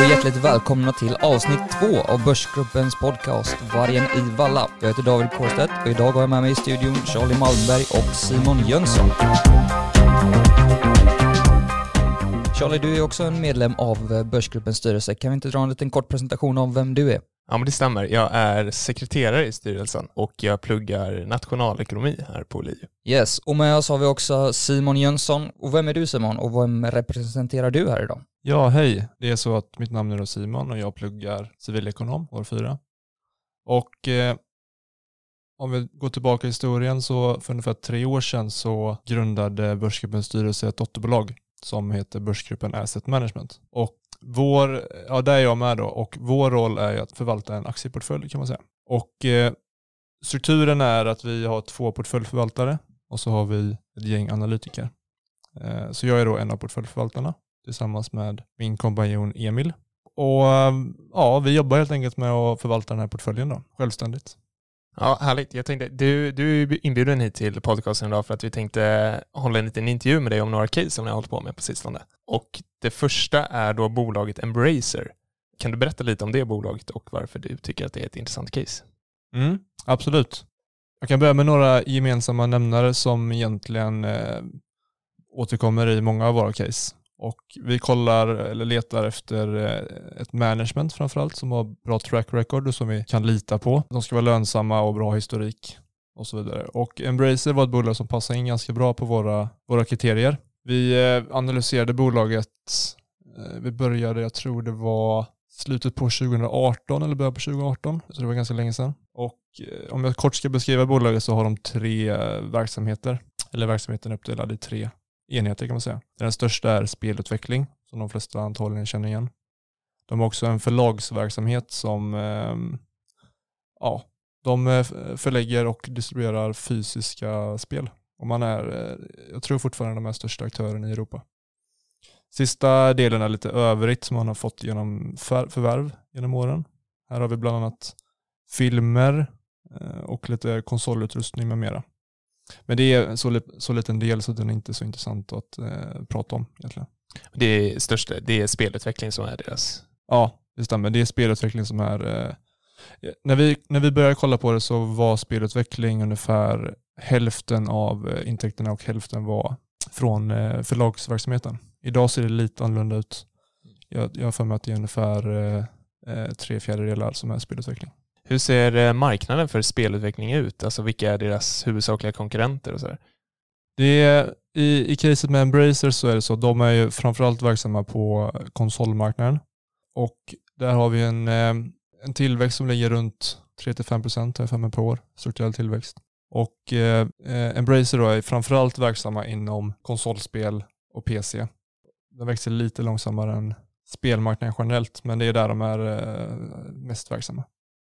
och hjärtligt välkomna till avsnitt 2 av Börsgruppens podcast Vargen i Valla. Jag heter David Kårstedt och idag har jag med mig i studion Charlie Malmberg och Simon Jönsson. Charlie, du är också en medlem av Börsgruppens styrelse. Kan vi inte dra en liten kort presentation av vem du är? Ja, men det stämmer. Jag är sekreterare i styrelsen och jag pluggar nationalekonomi här på LiU. Yes, och med oss har vi också Simon Jönsson. Och vem är du, Simon? Och vem representerar du här idag? Ja, hej. Det är så att mitt namn är Simon och jag pluggar civilekonom år 4. Och om vi går tillbaka i historien så för ungefär 3 år sedan så grundade Börsgruppens styrelse ett dotterbolag som heter Börsgruppen Asset Management. Och där är jag med då, och vår roll är att förvalta en aktieportfölj kan man säga. Och strukturen är att vi har 2 portföljförvaltare och så har vi ett gäng analytiker. Så jag är då en av portföljförvaltarna tillsammans med min kompanjon Emil. Och vi jobbar helt enkelt med att förvalta den här portföljen då, självständigt. Ja, härligt. Jag tänkte, du är inbjuden hit till podcasten idag för att vi tänkte hålla en liten intervju med dig om några case som ni har hållit på med på sistone. Och det första är då bolaget Embracer. Kan du berätta lite om det bolaget och varför du tycker att det är ett intressant case? Absolut. Jag kan börja med några gemensamma nämnare som egentligen återkommer i många av våra case. Och vi kollar eller letar efter ett management framförallt som har bra track record och som vi kan lita på. De ska vara lönsamma och bra historik och så vidare. Och Embracer var ett bolag som passar in ganska bra på våra kriterier. Vi analyserade bolaget, vi började, jag tror det var slutet på 2018 eller början på 2018. Så det var ganska länge sedan. Och om jag kort ska beskriva bolaget så har de 3 verksamheter. Eller verksamheten är uppdelad i 3 enheter kan man säga. Den största är spelutveckling som de flesta antagligen känner igen. De har också en förlagsverksamhet som de förlägger och distribuerar fysiska spel. Och man är, jag tror fortfarande de största aktören i Europa. Sista delen är lite övrigt som man har fått genom förvärv genom åren. Här har vi bland annat filmer och lite konsolutrustning med mera. Men det är så liten del så den är inte så intressant att prata om egentligen. Det är spelutveckling som är deras. Ja, det stämmer. Det är spelutveckling som är... När vi började kolla på det så var spelutveckling ungefär hälften av intäkterna och hälften var från förlagsverksamheten. Idag ser det lite annorlunda ut. Jag har för mig att det är ungefär 3/4 som är spelutveckling. Hur ser marknaden för spelutveckling ut? Alltså vilka är deras huvudsakliga konkurrenter och så här? Det är, i caset med Embracer så är det så. De är ju framförallt verksamma på konsolmarknaden. Och där har vi en tillväxt som ligger runt 3-5% för mig per år. Strukturell tillväxt. Och Embracer då är framförallt verksamma inom konsolspel och PC. De växer lite långsammare än spelmarknaden generellt. Men det är där de är mest verksamma.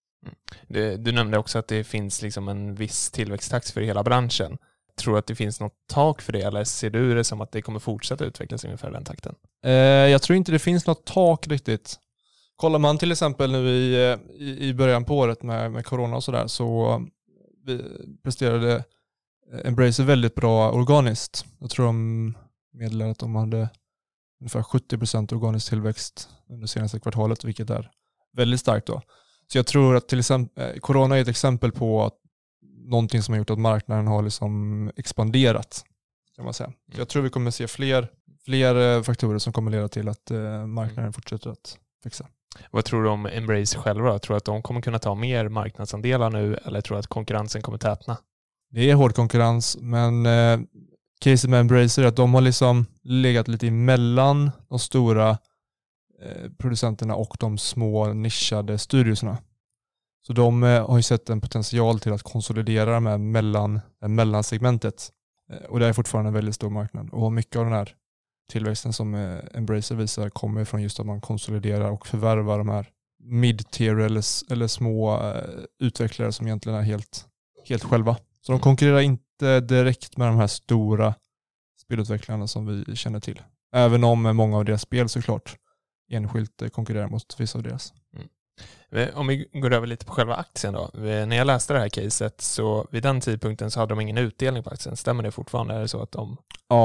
Du nämnde också att det finns liksom en viss tillväxttakt för hela branschen. Tror du att det finns något tak för det eller ser du det som att det kommer fortsätta utvecklas ungefär den takten? Jag tror inte det finns något tak riktigt. Kollar man till exempel nu i början på året med corona och sådär så presterade Embracer väldigt bra organiskt. Jag tror de meddelade att de hade ungefär 70% organisk tillväxt under senaste kvartalet, vilket är väldigt starkt då. Så jag tror att till exempel corona är ett exempel på att någonting som har gjort att marknaden har liksom expanderat kan man säga. Så jag tror vi kommer se fler faktorer som kommer leda till att marknaden fortsätter att växa. Vad tror du om Embracer själva? Tror du att de kommer kunna ta mer marknadsandelar nu eller tror du att konkurrensen kommer tätna? Det är hård konkurrens men caset med Embracer är att de har liksom legat lite emellan de stora producenterna och de små nischade studioserna. Så de har ju sett en potential till att konsolidera de här mellansegmentet. Och det är fortfarande en väldigt stor marknad. Och mycket av den här tillväxten som Embracer visar kommer från just att man konsoliderar och förvärvar de här mid-tier eller små utvecklare som egentligen är helt själva. Så de konkurrerar inte direkt med de här stora spelutvecklarna som vi känner till. Även om många av deras spel såklart enskilt konkurrerar mot vissa av deras. Om vi går över lite på själva aktien då. När jag läste det här caset så vid den tidpunkten så hade de ingen utdelning på aktien. Stämmer det fortfarande? Är det så att de... Ja,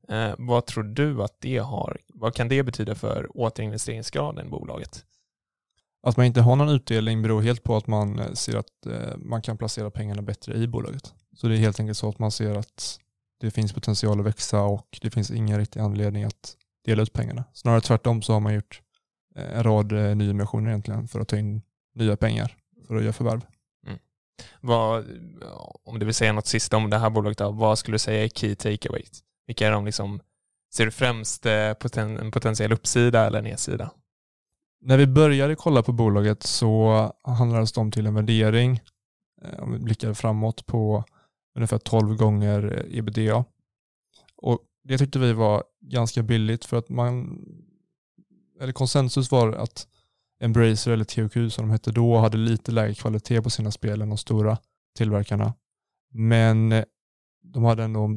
Vad tror du att det har? Vad kan det betyda för återinvesteringsgraden i bolaget? Att man inte har någon utdelning beror helt på att man ser att man kan placera pengarna bättre i bolaget. Så det är helt enkelt så att man ser att det finns potential att växa och det finns ingen riktig anledning att dela ut pengarna. Snarare tvärtom så har man gjort en rad nyemissioner egentligen för att ta in nya pengar för att göra förvärv. Om du vill säga något sista om det här bolaget, vad skulle du säga är key takeaways? Vilka är de liksom, ser du främst en potentiell uppsida eller nedsida? När vi började kolla på bolaget så handlades de till en värdering, om vi blickar framåt, på ungefär 12 gånger ebitda. Och det tyckte vi var ganska billigt för att konsensus var att Embracer eller THQ som de hette då hade lite lägre kvalitet på sina spel än de stora tillverkarna. Men de hade ändå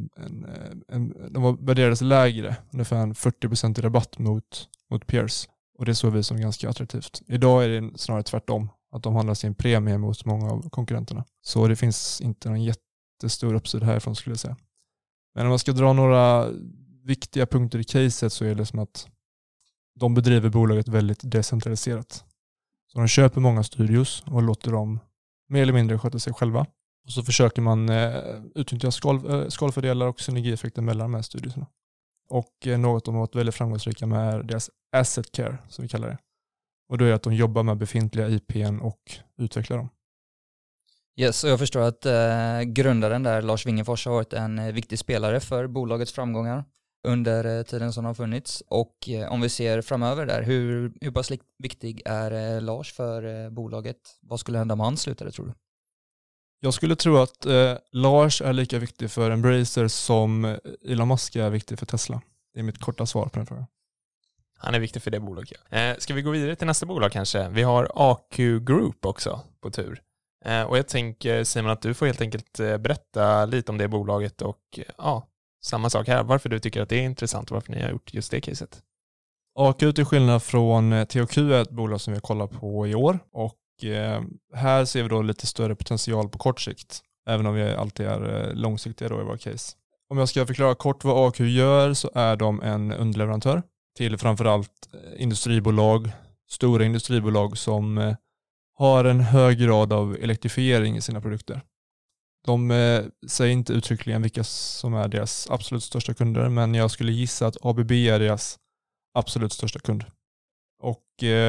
de värderades lägre, ungefär en 40% i rabatt mot peers. Och det såg vi som ganska attraktivt. Idag är det snarare tvärtom, att de handlar sin premie mot många av konkurrenterna. Så det finns inte någon jättestor uppsida härifrån skulle jag säga. Men om man ska dra några viktiga punkter i caset så är det som att de bedriver bolaget väldigt decentraliserat. Så de köper många studios och låter dem mer eller mindre sköta sig själva. Och så försöker man utnyttja skalfördelar och synergieffekter mellan de här studierna. Och något de har varit väldigt framgångsrika med är deras asset care, som vi kallar det. Och då är det att de jobbar med befintliga IPn och utvecklar dem. Yes, och jag förstår att grundaren där, Lars Wingefors, har varit en viktig spelare för bolagets framgångar under tiden som har funnits. Och om vi ser framöver där, hur pass viktig är Lars för bolaget? Vad skulle hända om han slutade, tror du? Jag skulle tro att Lars är lika viktig för Embracer som Elon Musk är viktig för Tesla. Det är mitt korta svar på den frågan. Han är viktig för det bolaget. Ska vi gå vidare till nästa bolag kanske? Vi har AQ Group också på tur. Och jag tänker, Simon, att du får helt enkelt berätta lite om det bolaget och samma sak här. Varför du tycker att det är intressant och varför ni har gjort just det caset. AQ till skillnad från THQ är ett bolag som vi har kollat på i år. Och här ser vi då lite större potential på kort sikt. Även om vi alltid är långsiktiga då i våra case. Om jag ska förklara kort vad AQ gör så är de en underleverantör till framförallt industribolag, stora industribolag som har en hög grad av elektrifiering i sina produkter. De säger inte uttryckligen vilka som är deras absolut största kunder, men jag skulle gissa att ABB är deras absolut största kund. Och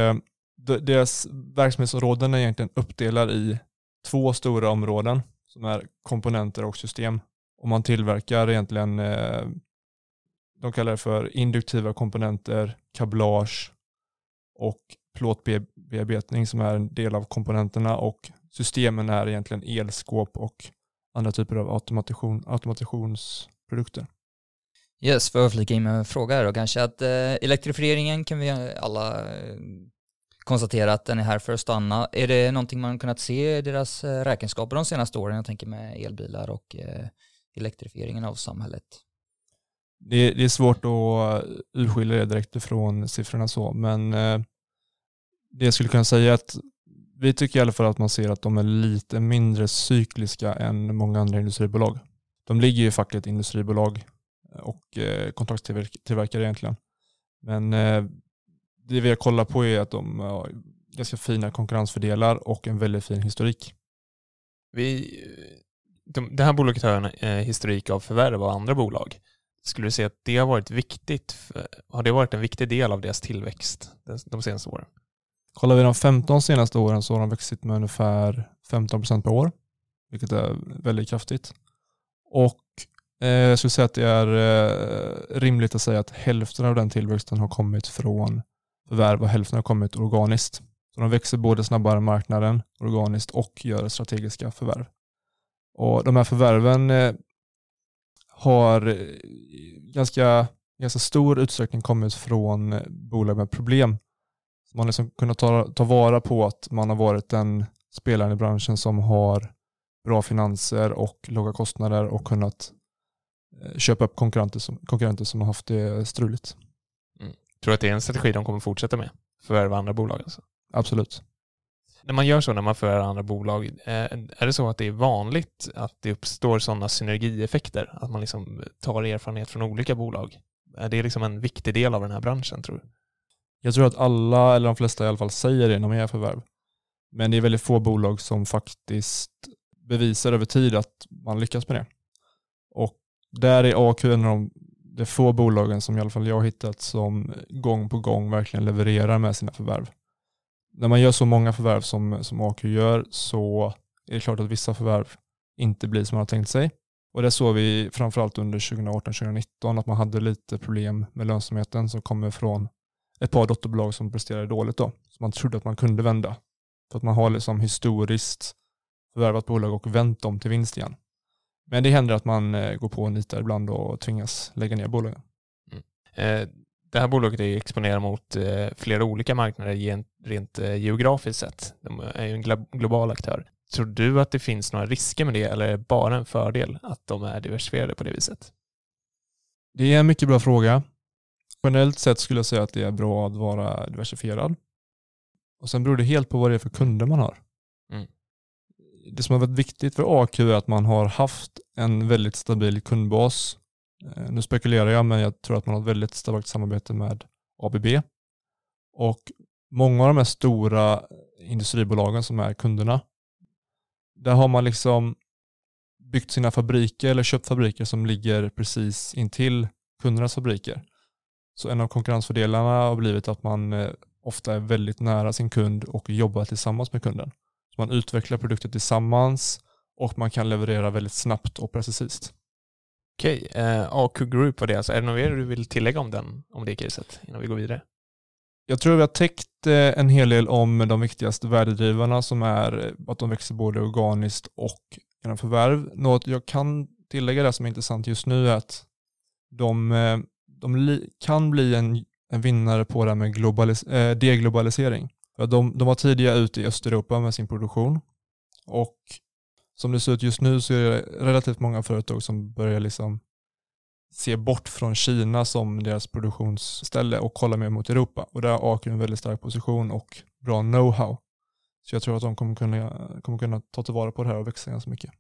deras verksamhetsområden är egentligen uppdelade i 2 stora områden som är komponenter och system. Och man tillverkar egentligen, de kallar det för induktiva komponenter, kablage och plåtbearbetning som är en del av komponenterna, och systemen är egentligen elskåp och andra typer av automationsprodukter. Yes, för att flika in med en fråga här då kanske, att elektrifieringen kan vi alla konstatera att den är här för att stanna. Är det någonting man kunnat se i deras räkenskaper de senaste åren? Jag tänker med elbilar och elektrifieringen av samhället. Det är svårt att urskilja det direkt ifrån siffrorna så, men det jag skulle kunna säga är att vi tycker i alla fall att man ser att de är lite mindre cykliska än många andra industribolag. De ligger ju i facket industribolag och kontraktstillverkare egentligen. Men det vi har kollat på är att de har ganska fina konkurrensfördelar och en väldigt fin historik. Det här bolaget har en historik av förvärv av andra bolag. Skulle du säga att det har varit viktigt? Har det varit en viktig del av deras tillväxt de senaste åren? Kollar vi de 15 senaste åren så har de växt med ungefär 15% per år, vilket är väldigt kraftigt. Och jag skulle säga att det är rimligt att säga att hälften av den tillväxten har kommit från förvärv och hälften har kommit organiskt. Så de växer både snabbare än marknaden organiskt och gör strategiska förvärv. Och de här förvärven har ganska stor utsträckning kommit från bolag med problem. Man har liksom kunnat ta vara på att man har varit den spelaren i branschen som har bra finanser och låga kostnader och kunnat köpa upp konkurrenter som har haft det struligt. Tror du att det är en strategi de kommer fortsätta med? Förvärva andra bolag alltså? Absolut. När man gör så, när man förvärvar andra bolag, är det så att det är vanligt att det uppstår sådana synergieffekter? Att man liksom tar erfarenhet från olika bolag? Är det liksom en viktig del av den här branschen, tror du? Jag tror att alla, eller de flesta i alla fall, säger det när man gör förvärv. Men det är väldigt få bolag som faktiskt bevisar över tid att man lyckas med det. Och där är AQ en av de få bolagen som i alla fall jag har hittat som gång på gång verkligen levererar med sina förvärv. När man gör så många förvärv som AQ gör, så är det klart att vissa förvärv inte blir som man har tänkt sig. Och det såg vi framförallt under 2018-2019 att man hade lite problem med lönsamheten som kommer från ett par dotterbolag som presterade dåligt då. Så man trodde att man kunde vända. För att man har liksom historiskt förvärvat bolag och vänt dem till vinst igen. Men det händer att man går på en nitar ibland och tvingas lägga ner bolagen. Det här bolaget är exponerat mot flera olika marknader rent geografiskt sett. De är ju en global aktör. Tror du att det finns några risker med det, eller är det bara en fördel att de är diversifierade på det viset? Det är en mycket bra fråga. Generellt sett skulle jag säga att det är bra att vara diversifierad. Och sen beror det helt på vad det är för kunder man har. Mm. Det som har varit viktigt för AQ är att man har haft en väldigt stabil kundbas. Nu spekulerar jag, men jag tror att man har ett väldigt starkt samarbete med ABB. Och många av de här stora industribolagen som är kunderna, där har man liksom byggt sina fabriker eller köpt fabriker som ligger precis intill kundernas fabriker. Så en av konkurrensfördelarna har blivit att man ofta är väldigt nära sin kund och jobbar tillsammans med kunden. Så man utvecklar produkter tillsammans och man kan leverera väldigt snabbt och precis. Okej, AQ Group var det alltså. Är det något mer du vill tillägga om det caset innan vi går vidare? Jag tror vi har täckt en hel del om de viktigaste värdedrivarna som är att de växer både organiskt och genom förvärv. Något jag kan tillägga där som är intressant just nu är att de kan bli en vinnare på det här med deglobalisering. För de var tidiga ute i Östeuropa med sin produktion och som det ser ut just nu så är det relativt många företag som börjar liksom se bort från Kina som deras produktionsställe och kolla mer mot Europa. Och där har AQ en väldigt stark position och bra know-how. Så jag tror att de kommer kunna ta tillvara på det här och växa ganska mycket.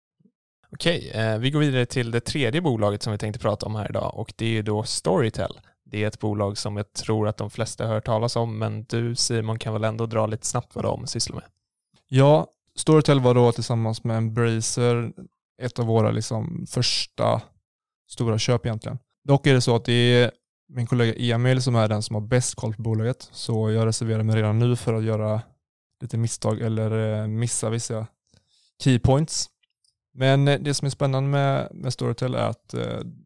Okej, vi går vidare till det tredje bolaget som vi tänkte prata om här idag, och det är då Storytel. Det är ett bolag som jag tror att de flesta har hört talas om, men du Simon kan väl ändå dra lite snabbt vad de sysslar med? Ja, Storytel var då tillsammans med Embracer ett av våra liksom första stora köp egentligen. Dock är det så att det är min kollega Emil som är den som har bäst koll på bolaget, så jag reserverar mig redan nu för att göra lite misstag eller missa vissa key points. Men det som är spännande med Storytel är att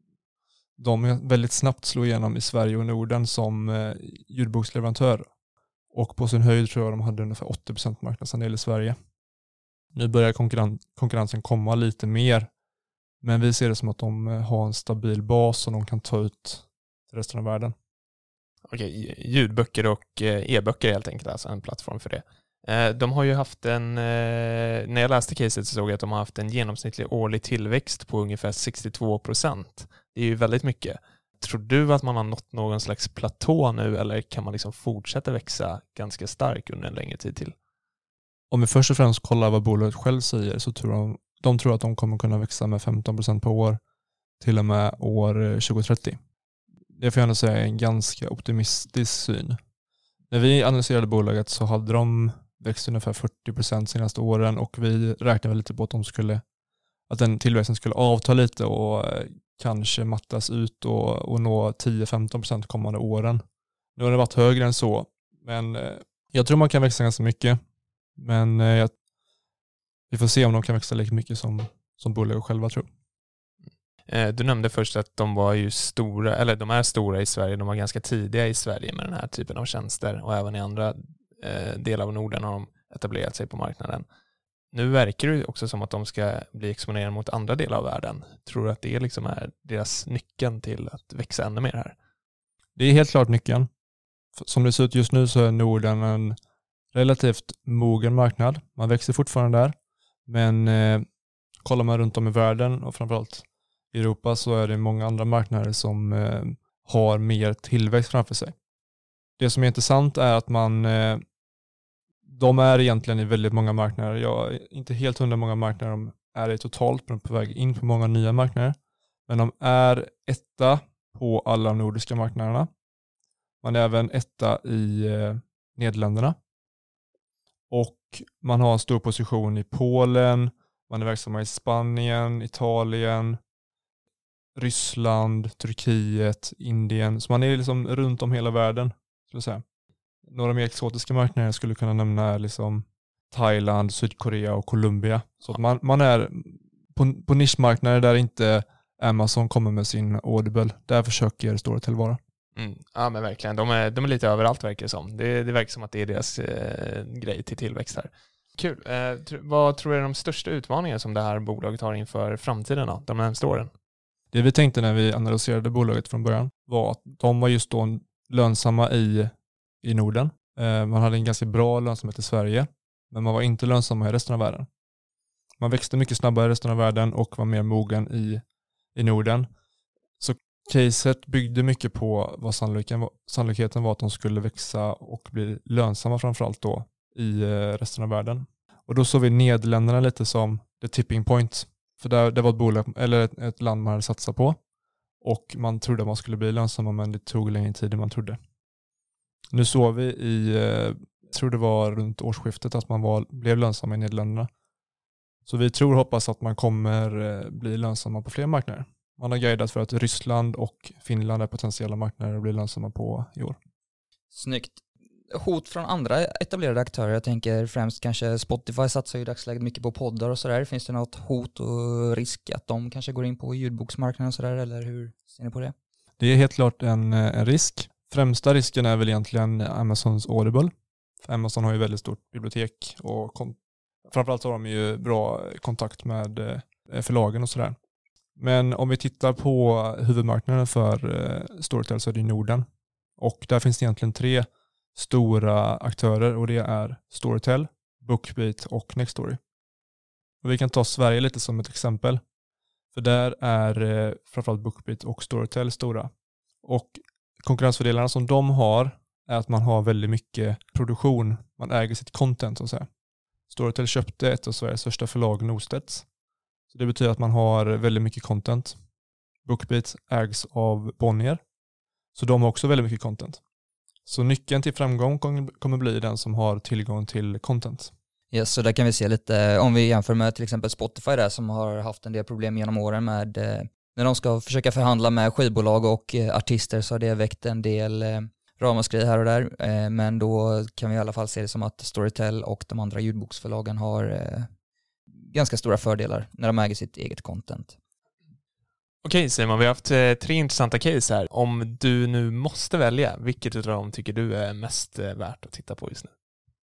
de väldigt snabbt slår igenom i Sverige och Norden som ljudboksleverantör. Och på sin höjd tror jag de hade ungefär 80% marknadsandel i Sverige. Nu börjar konkurrensen komma lite mer. Men vi ser det som att de har en stabil bas som de kan ta ut till resten av världen. Okej, ljudböcker och e-böcker helt enkelt, alltså en plattform för det. De har ju haft när jag läste caset så såg jag att de har haft en genomsnittlig årlig tillväxt på ungefär 62%. Det är ju väldigt mycket. Tror du att man har nått någon slags platå nu, eller kan man liksom fortsätta växa ganska starkt under en längre tid till? Om vi först och främst kollar vad bolaget själv säger så tror de tror att de kommer kunna växa med 15% per år till och med år 2030. Det får jag ändå säga är en ganska optimistisk syn. När vi analyserade bolaget så hade de växt ungefär 40% senaste åren och vi räknade lite på att den tillväxten skulle avta lite och kanske mattas ut och nå 10-15% kommande åren. Nu har det varit högre än så, men jag tror man kan växa ganska mycket. Men vi får se om de kan växa lika mycket som bolaget själva tror. Du nämnde först att de var ju stora, eller de är stora i Sverige. De var ganska tidiga i Sverige med den här typen av tjänster, och även i andra delar av Norden har de etablerat sig på marknaden. Nu verkar det också som att de ska bli exponerade mot andra delar av världen. Tror du att det liksom är deras nyckeln till att växa ännu mer här? Det är helt klart nyckeln. Som det ser ut just nu så är Norden en relativt mogen marknad. Man växer fortfarande där. Men kollar man runt om i världen och framförallt i Europa så är det många andra marknader som har mer tillväxt framför sig. Det som är intressant är att De är egentligen i väldigt många marknader. Jag är inte helt hundra många marknader de är i totalt, men på väg in på många nya marknader. Men de är etta på alla nordiska marknaderna. Man är även etta i Nederländerna. Och man har en stor position i Polen. Man är verksamma i Spanien, Italien, Ryssland, Turkiet, Indien. Så man är liksom runt om hela världen, skulle jag säga. Några mer exotiska marknader jag skulle kunna nämna är liksom Thailand, Sydkorea och Colombia. Så att man är på nischmarknader där inte Amazon kommer med sin Audible. Där försöker Storytel vara. Ja, men verkligen. De är lite överallt, verkar det som. Det verkar som att det är deras grej till tillväxt här. Kul. Vad tror du är de största utmaningarna som det här bolaget har inför framtiden då, de närmaste åren? Det vi tänkte när vi analyserade bolaget från början var att de var just då lönsamma i Norden. Man hade en ganska bra lönsamhet i Sverige, men man var inte lönsamma i resten av världen. Man växte mycket snabbare i resten av världen och var mer mogen i Norden. Så caset byggde mycket på vad sannolikheten var att de skulle växa och bli lönsamma framförallt då i resten av världen. Och då såg vi Nederländerna lite som the tipping point. För det var ett bolag eller ett land man hade satsat på. Och man trodde att man skulle bli lönsamma, men det tog längre tid än man trodde. Nu såg vi jag tror det var runt årsskiftet att man blev lönsamma i Nederländerna. Så vi tror och hoppas att man kommer bli lönsamma på fler marknader. Man har guidat för att Ryssland och Finland är potentiella marknader att bli lönsamma på i år. Snyggt. Hot från andra etablerade aktörer, jag tänker främst kanske Spotify satsar ju i dagsläget mycket på poddar och sådär. Finns det något hot och risk att de kanske går in på ljudboksmarknaden och sådär, eller hur ser ni på det? Det är helt klart en risk. Främsta risken är väl egentligen Amazons Audible. För Amazon har ju väldigt stort bibliotek och framförallt har de ju bra kontakt med förlagen och sådär. Men om vi tittar på huvudmarknaden för Storytel så är det Norden. Och där finns det egentligen 3 stora aktörer, och det är Storytel, Bookbeat och Nextory. Och vi kan ta Sverige lite som ett exempel. För där är framförallt Bookbeat och Storytel stora. Och konkurrensfördelarna som de har är att man har väldigt mycket produktion. Man äger sitt content, så att säga. Storytel köpte ett av Sveriges största förlag, Norstedts. Så det betyder att man har väldigt mycket content. Bookbeat ägs av Bonnier. Så de har också väldigt mycket content. Så nyckeln till framgång kommer bli den som har tillgång till content. Yes, så där kan vi se lite, om vi jämför med till exempel Spotify där som har haft en del problem genom åren med när de ska försöka förhandla med skivbolag och artister, så har det väckt en del ramaskri här och där. Men då kan vi i alla fall se det som att Storytel och de andra ljudboksförlagen har ganska stora fördelar när de äger sitt eget content. Okej Simon, vi har haft 3 intressanta case här. Om du nu måste välja, vilket av dem tycker du är mest värt att titta på just nu?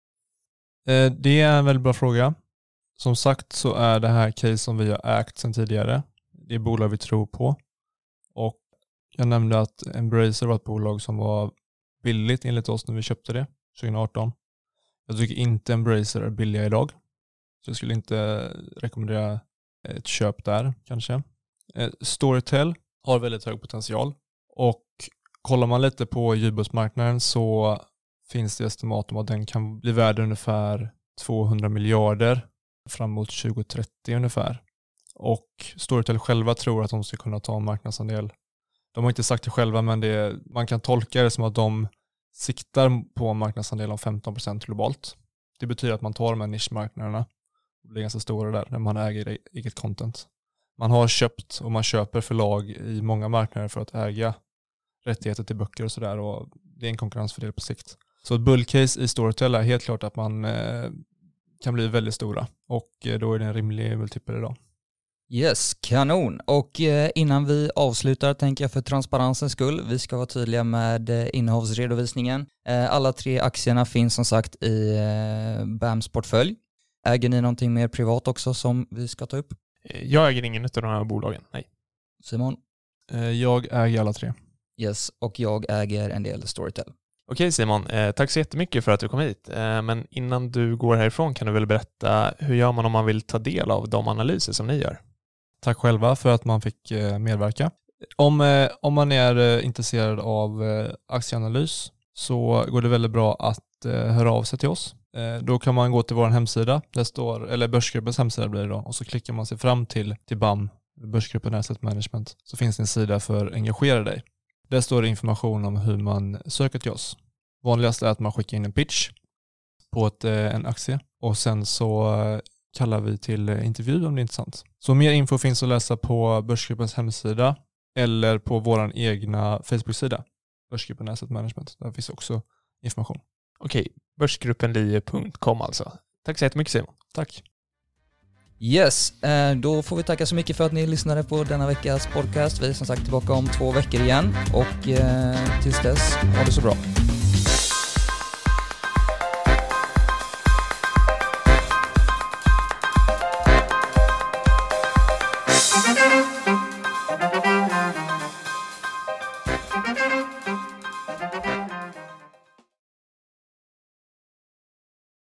Det är en väldigt bra fråga. Som sagt så är det här case som vi har ägt sedan tidigare. Det är bolag vi tror på. Och jag nämnde att Embracer var ett bolag som var billigt enligt oss när vi köpte det 2018. Jag tycker inte Embracer är billiga idag. Så jag skulle inte rekommendera ett köp där kanske. Storytel har väldigt hög potential. Och kollar man lite på ljudboksmarknaden så finns det estimat om att den kan bli värd ungefär 200 miljarder framåt 2030 ungefär. Och Storytel själva tror att de ska kunna ta en marknadsandel. De har inte sagt det själva, men man kan tolka det som att de siktar på en marknadsandel om 15% globalt. Det betyder att man tar de här nischmarknaderna och blir ganska stora där när man äger eget content. Man har köpt och man köper förlag i många marknader för att äga rättigheter till böcker och sådär, och det är en konkurrensfördel på sikt. Så ett bullcase i Storytel är helt klart att man kan bli väldigt stora, och då är det en rimlig multipel idag. Yes, kanon. Och innan vi avslutar tänker jag för transparensens skull, vi ska vara tydliga med innehavsredovisningen. Alla 3 aktierna finns som sagt i BAMs portfölj. Äger ni någonting mer privat också som vi ska ta upp? Jag äger ingen av de här bolagen, nej. Simon? Jag äger alla 3. Yes, och jag äger en del Storytel. Okej Simon, tack så jättemycket för att du kom hit. Men innan du går härifrån kan du väl berätta, hur gör man om man vill ta del av de analyser som ni gör? Tack själva för att man fick medverka. Om man är intresserad av aktieanalys så går det väldigt bra att höra av sig till oss. Då kan man gå till vår hemsida, det står, eller Börsgruppens hemsida blir det då, och så klickar man sig fram till BAM, Börsgruppen Asset Management, så finns det en sida för engagera dig. Där står det information om hur man söker till oss. Vanligast är att man skickar in en pitch på en aktie och sen så kallar vi till intervju om det är intressant. Så mer info finns att läsa på Börsgruppens hemsida eller på vår egna Facebook-sida, Börsgruppen Asset Management. Där finns också information. Okej, börsgruppenlie.com alltså. Tack så jättemycket Simon. Tack. Yes, då får vi tacka så mycket för att ni lyssnade på denna veckas podcast. Vi är som sagt tillbaka om 2 veckor igen och tills dess, ha det så bra.